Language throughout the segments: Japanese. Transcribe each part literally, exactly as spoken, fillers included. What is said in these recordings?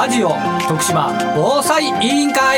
ラジオ徳島防災委員会、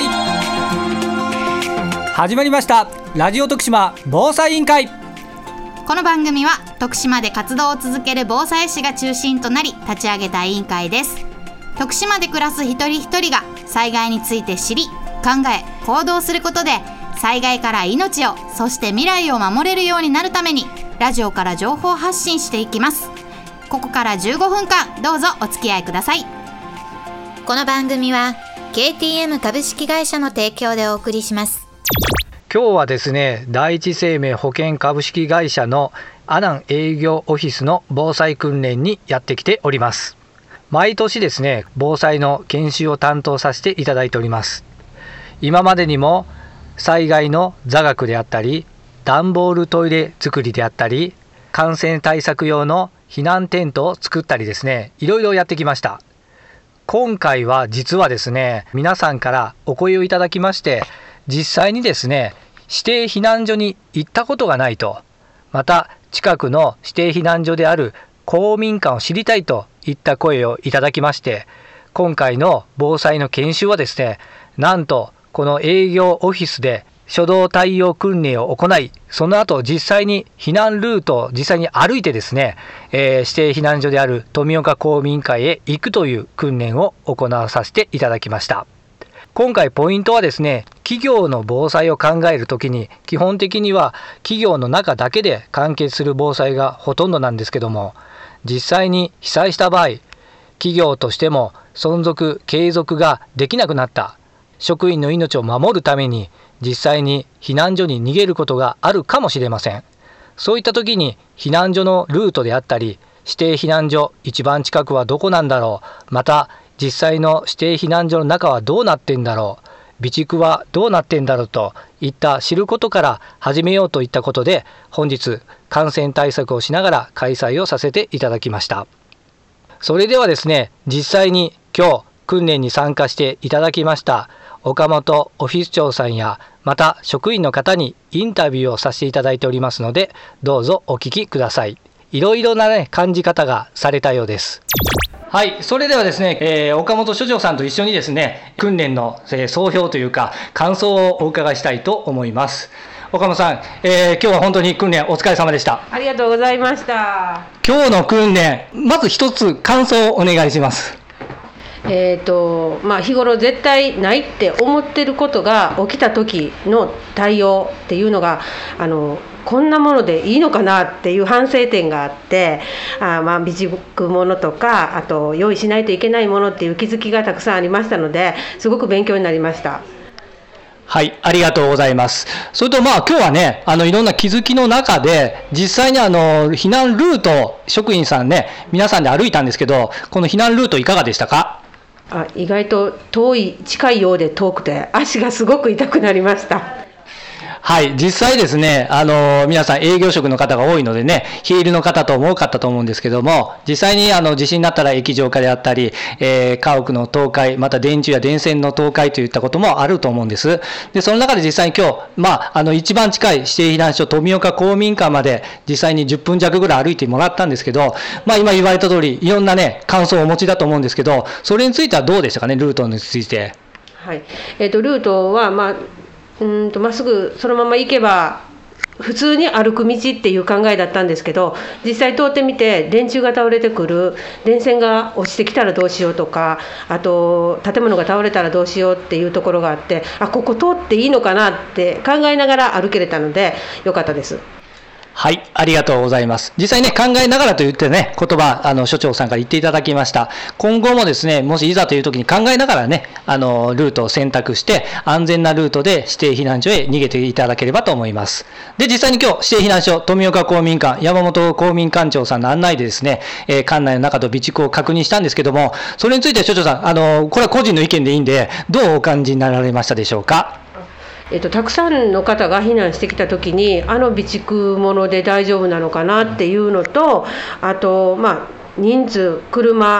始まりました。ラジオ徳島防災委員会。 この番組は徳島で活動を続ける防災士が中心となり立ち上げた委員会です。徳島で暮らす一人一人が災害について知り、考え、行動することで災害から命を、そして未来を守れるようになるためにラジオから情報発信していきます。ここからじゅうごふんかんどうぞお付き合いください。この番組は ケーティーエム 株式会社の提供でお送りします。 今日はですね、第一生命保険株式会社の阿南営業オフィスの防災訓練にやってきております。毎年ですね、防災の研修を担当させていただいております。今までにも災害の座学であったり、段ボールトイレ作りであったり、感染対策用の避難テントを作ったりですね、いろいろやってきました。今回は実はですね、皆さんからお声をいただきまして、実際にですね、指定避難所に行ったことがないと、また近くの指定避難所である公民館を知りたいといった声をいただきまして、今回の防災の研修はですね、なんとこの営業オフィスで初動対応訓練を行い、その後実際に避難ルートを実際に歩いてですね、えー、指定避難所である富岡公民館へ行くという訓練を行わさせていただきました。今回ポイントはですね、企業の防災を考えるときに基本的には企業の中だけで完結する防災がほとんどなんですけども、実際に被災した場合、企業としても存続継続ができなくなった、職員の命を守るために実際に避難所に逃げることがあるかもしれません。そういった時に避難所のルートであったり、指定避難所一番近くはどこなんだろう、また実際の指定避難所の中はどうなってんだろう、備蓄はどうなってんだろうといった知ることから始めようといったことで、本日感染対策をしながら開催をさせていただきました。それではですね、実際に今日訓練に参加していただきました岡本オフィス長さんや、また職員の方にインタビューをさせていただいておりますので、どうぞお聞きください。いろいろな、ね、感じ方がされたようです。はい、それではですね、えー、岡本所長さんと一緒にですね、訓練の、えー、総評というか感想をお伺いしたいと思います。岡本さん、えー、今日は本当に訓練お疲れ様でした。 ありがとうございました。 今日の訓練、まず一つ感想をお願いします。 えーとまあ、日頃絶対ないって思ってることが起きた時の対応っていうのが、あのこんなものでいいのかなっていう反省点があって、あまあ備蓄物とか、あと用意しないといけないものっていう気づきがたくさんありましたので、すごく勉強になりました。 はい、ありがとうございます。それとまあ今日はね、あのいろんな気づきの中で、実際にあの避難ルートを職員さんね、皆さんで歩いたんですけど、この避難ルートいかがでしたか？ あ、意外と遠い、近いようで遠くて足がすごく痛くなりました。 はい、実際ですね、あの皆さん営業職の方が多いのでね、ヒールの方とも多かったと思うんですけども、実際にあの地震になったら液状化であったり、えー、家屋の倒壊、また電柱や電線の倒壊といったこともあると思うんです。で、その中で実際に今日、まあ、あの一番近い指定避難所富岡公民館まで実際にじゅっぷん弱ぐらい歩いてもらったんですけど、まあ今言われた通りいろんなね感想をお持ちだと思うんですけど、それについてはどうでしたかね、ルートについて。 はい、えーと、ルートはまあうんとまっすぐそのまま行けば普通に歩く道っていう考えだったんですけど、実際通ってみて電柱が倒れてくる、電線が落ちてきたらどうしようとか、あと建物が倒れたらどうしようっていうところがあって、あ、ここ通っていいのかなって考えながら歩けれたのでよかったです。 はい、ありがとうございます。実際ね、考えながらと言ってね、言葉、あの、所長さんから言っていただきました。今後もですね、もしいざという時に考えながらね、あの、ルートを選択して、安全なルートで指定避難所へ逃げていただければと思います。で、実際に今日、指定避難所、富岡公民館、山本公民館長さんの案内でですね、えー、館内の中と備蓄を確認したんですけども、それについて所長さん、あの、これは個人の意見でいいんで、どうお感じになられましたでしょうか？ えっと、たくさんの方が避難してきたときに、あの備蓄物で大丈夫なのかなっていうのと、あと、まあ、人数、車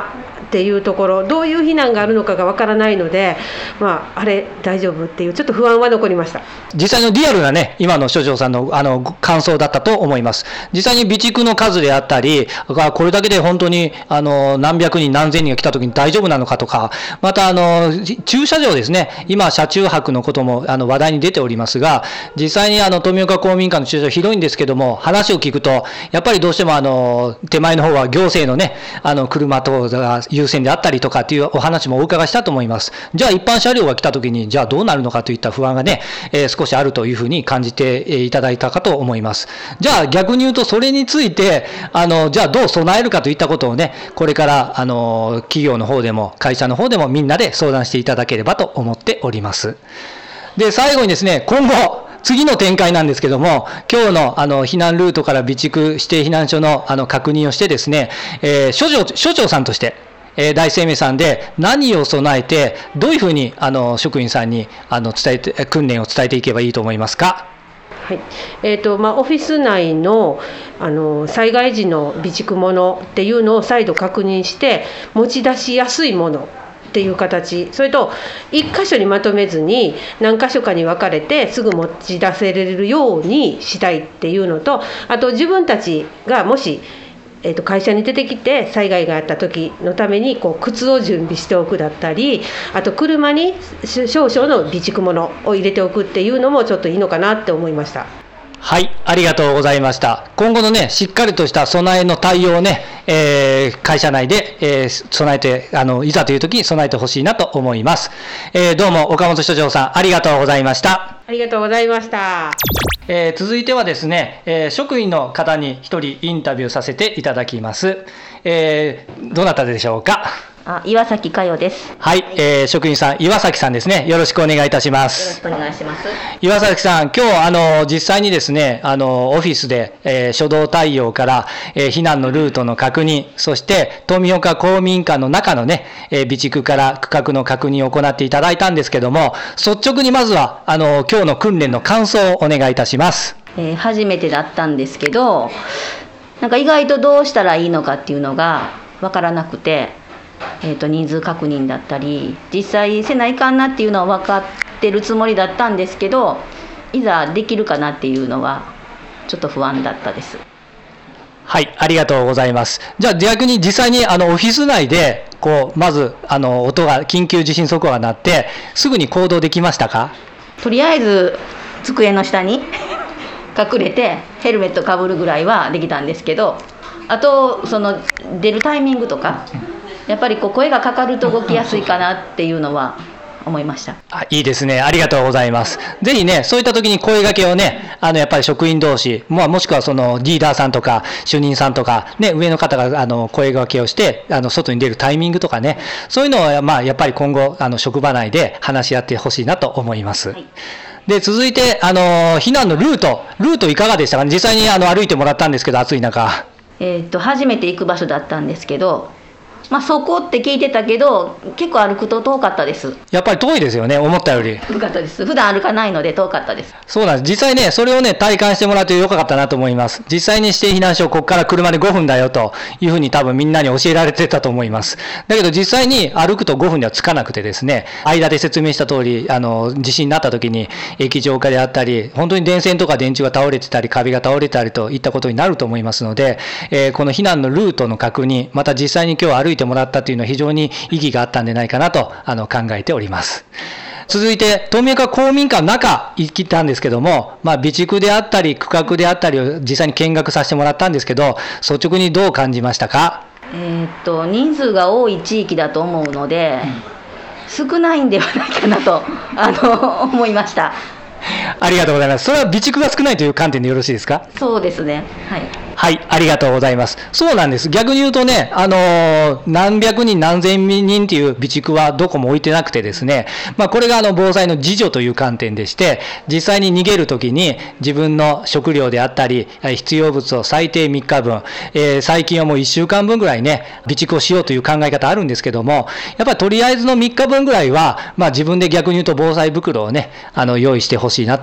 っていうところ、どういう避難があるのかがわからないので、まあ、あれ大丈夫っていうちょっと不安は残りました。 実際のリアルなね、今の所長さんのあの感想だったと思います。実際に備蓄の数であったり、これだけで本当にあの何百人何千人が来た時に大丈夫なのかとか、またあの駐車場ですね、今車中泊のこともあの話題に出ておりますが、実際にあの富岡公民館の駐車場広いんですけども、話を聞くとやっぱりどうしてもあの手前の方は行政のね、あの車等が優先であったりとかっていうお話もお伺いしたと思います。じゃあ一般車両が来た時にじゃあどうなるのかといった不安がね、えー、少しあるというふうに感じていただいたかと思います。じゃあ逆に言うとそれについてあのじゃあどう備えるかといったことをね、これからあの企業の方でも会社の方でもみんなで相談していただければと思っております。で最後にですね、今後次の展開なんですけども、今日のあの避難ルートから備蓄指定避難所のあの確認をしてですね、えー、所長所長さんとしてえー、大生命さんで何を備えて、どういうふうにあの職員さんにあの伝えて訓練を伝えていけばいいと思いますか。 はいえーとまあ、オフィス内 の, あの災害時の備蓄物っていうのを再度確認して、持ち出しやすいものっていう形、それといっ箇所にまとめずに何箇所かに分かれてすぐ持ち出せれるようにしたいっていうのと、あと自分たちがもしえー、と会社に出てきて災害があった時のためにこう靴を準備しておくだったり、あと車に少々の備蓄物を入れておくっていうのもちょっといいのかなって思いました。 はい、ありがとうございました。今後のね、しっかりとした備えの対応をね、えー、会社内で、えー、備えて、あの、いざという時に備えてほしいなと思います。えー、どうも岡本所長さん、ありがとうございました。 ありがとうございました。 えー、続いてはですね、えー、職員の方に一人インタビューさせていただきます。えー、どなたでしょうか。 あ、岩崎佳代です。 はい、はい、えー、職員さん岩崎さんですね。よろしくお願いいたします。 よろしくお願いします。 岩崎さん、今日あの実際にですね、あのオフィスで、えー、初動対応から、えー、避難のルートの確認、そして富岡公民館の中のね、えー、備蓄から区画の確認を行っていただいたんですけども、率直にまずはあの今日の訓練の感想をお願いいたします。 えー、初めてだったんですけど、なんか意外とどうしたらいいのかっていうのが分からなくて、えー、と人数確認だったり実際せないかんなっていうのは分かってるつもりだったんですけど、いざできるかなっていうのはちょっと不安だったです。 はい、ありがとうございます。じゃあ逆に実際にあのオフィス内でこうまずあの音が緊急地震速報が鳴ってすぐに行動できましたか。 とりあえず机の下に隠れてヘルメットかぶるぐらいはできたんですけど、あとその出るタイミングとかやっぱりこう声がかかると動きやすいかなっていうのは思いました。 あ、いいですね。ありがとうございます。ぜひね、そういった時に声掛けをね、あのやっぱり職員同士、まあ、もしくはそのリーダーさんとか主任さんとかね、上の方があの声掛けをしてあの外に出るタイミングとかね、そういうのはまあやっぱり今後あの職場内で話し合ってほしいなと思います。はい、で続いてあの避難のルート、ルートいかがでしたかね。実際にあの歩いてもらったんですけど、暑い中。 えー、と初めて行く場所だったんですけど、まあ、そこって聞いてたけど結構歩くと遠かったです。 やっぱり遠いですよね、思ったより。 遠かったです。普段歩かないので遠かったです。 そうなんです。実際ね、それをね体感してもらってよかったなと思います。実際に指定避難所、ここから車でごふんだよというふうに多分みんなに教えられてたと思います。だけど実際に歩くとごふんではつかなくてですね、間で説明した通り、あの地震になった時に液状化であったり、本当に電線とか電柱が倒れてたり壁が倒れたりといったことになると思いますので、えー、この避難のルートの確認、また実際に今日歩いてもらったというのは非常に意義があったんじゃないかなとあの考えております。続いて富岡公民館の中行ったんですけども、まあ、備蓄であったり区画であったりを実際に見学させてもらったんですけど、率直にどう感じましたか。 えー、っと人数が多い地域だと思うので、うん、少ないんではないかなとあの思いました。 ありがとうございます。それは備蓄が少ないという観点でよろしいですか。 そうですね。はい。 はい、ありがとうございます。そうなんです。逆に言うとね、あのー、何百人何千人っていう備蓄はどこも置いてなくてですね、まあ、これがあの防災の自助という観点でして、実際に逃げるときに自分の食料であったり必要物を最低みっかぶん、えー、最近はもういっしゅうかんぶんぐらいね備蓄をしようという考え方あるんですけども、やっぱりとりあえずのみっかぶんぐらいは、まあ、自分で逆に言うと防災袋をねあの用意してほしいなと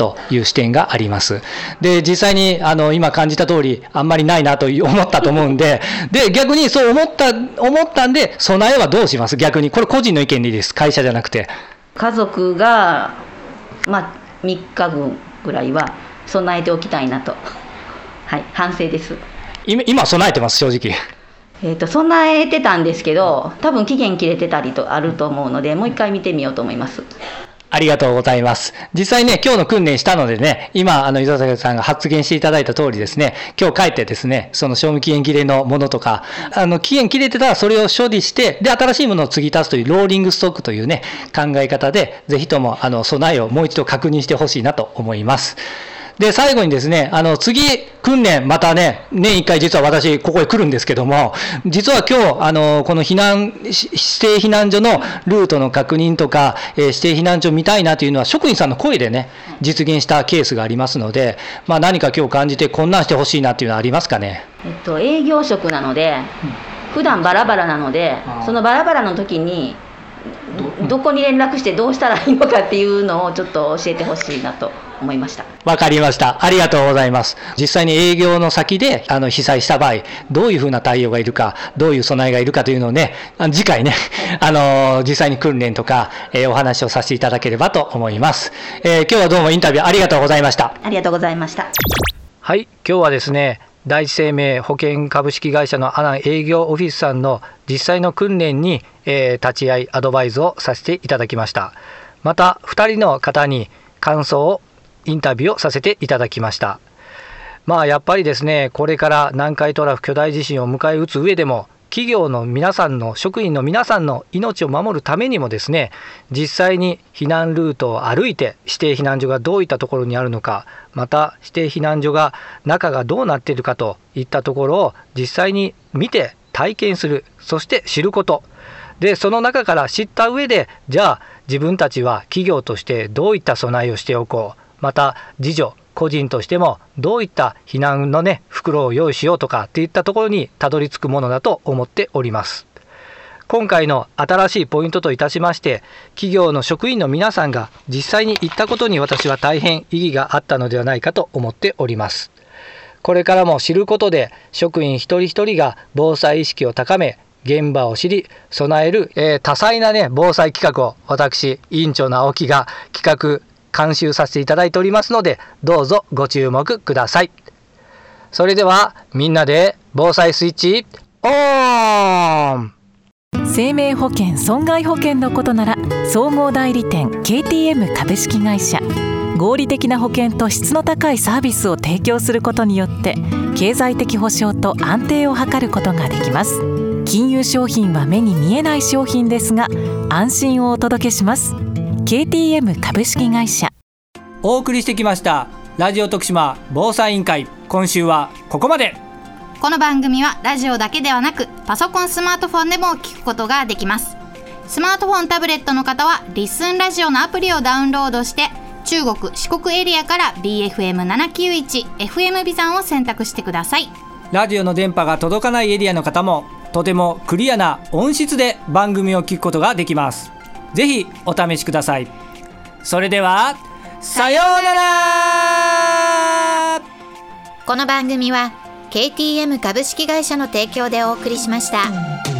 という視点があります。で、実際にあの今感じた通りあんまりないなと思ったと思うんで、で逆にそう思った思ったんで、備えはどうします？逆にこれ個人の意見でいいです。会社じゃなくて。 家族が、まあ、みっかぶんぐらいは備えておきたいなと、はい、反省です。 今今備えてます、正直。 えーと、備えてたんですけど、多分期限切れてたりとあると思うので、もう一回見てみようと思います。 ありがとうございます。実際ね、今日の訓練したのでね、今、あの、伊沢坂さんが発言していただいた通りですね、今日帰ってですね、その賞味期限切れのものとか、あの、期限切れてたらそれを処理して、で、新しいものを継ぎ足すというローリングストックというね、考え方で、ぜひとも、あの、備えをもう一度確認してほしいなと思います。で、最後にですね、あの、次、訓練、またね、年一回実は私、ここへ来るんですけども、実は今日、あの、この避難、指定避難所のルートの確認とか、えー、指定避難所見たいなというのは、職員さんの声でね、実現したケースがありますので、まあ何か今日感じて、こんなんしてほしいなっていうのはありますかね。 えっと、営業職なので、普段バラバラなので、そのバラバラの時に、どこに連絡してどうしたらいいのかっていうのをちょっと教えてほしいなと思いました。 わかりました。ありがとうございます。実際に営業の先であの被災した場合、どういうふうな対応がいるか、どういう備えがいるかというのをね、あの次回ね、あの実際に訓練とか、えー、お話をさせていただければと思います。えー、今日はどうもインタビューありがとうございました。 ありがとうございました。 はい、今日はですね、第一生命保険株式会社の阿南営業オフィスさんの実際の訓練に、えー、立ち会いアドバイスをさせていただきました。またふたりの方に感想をインタビューをさせていただきました。まあやっぱりですね、これから南海トラフ巨大地震を迎え撃つ上でも、企業の皆さんの職員の皆さんの命を守るためにもですね、実際に避難ルートを歩いて指定避難所がどういったところにあるのか、また指定避難所が中がどうなっているかといったところを実際に見て体験する、そして知ることで、その中から知った上で、じゃあ自分たちは企業としてどういった備えをしておこう、また自助個人としてもどういった避難のね袋を用意しようとかっていったところにたどり着くものだと思っております。今回の新しいポイントといたしまして、企業の職員の皆さんが実際に行ったことに私は大変意義があったのではないかと思っております。これからも知ることで職員一人一人が防災意識を高め、現場を知り備える、えー、多彩なね防災企画を私委員長の青木が企画監修させていただいておりますので、どうぞご注目ください。それではみんなで防災スイッチオン。 生命保険損害保険のことなら総合代理店 ケーティーエム 株式会社、合理的な保険と質の高いサービスを提供することによって経済的保障と安定を図ることができます。金融商品は目に見えない商品ですが、安心をお届けします。ケーティーエム 株式会社。 お送りしてきましたラジオ徳島防災委員会、今週はここまで。 この番組はラジオだけではなくパソコンスマートフォンでも聞くことができます。スマートフォンタブレットの方はリスンラジオのアプリをダウンロードして、中国四国エリアから ビーエフエムななきゅういち エフエム ビザンを選択してください。 ラジオの電波が届かないエリアの方もとてもクリアな音質で番組を聞くことができます。ぜひお試しください。それではさようなら。 この番組は ケーティーエム 株式会社の提供でお送りしました。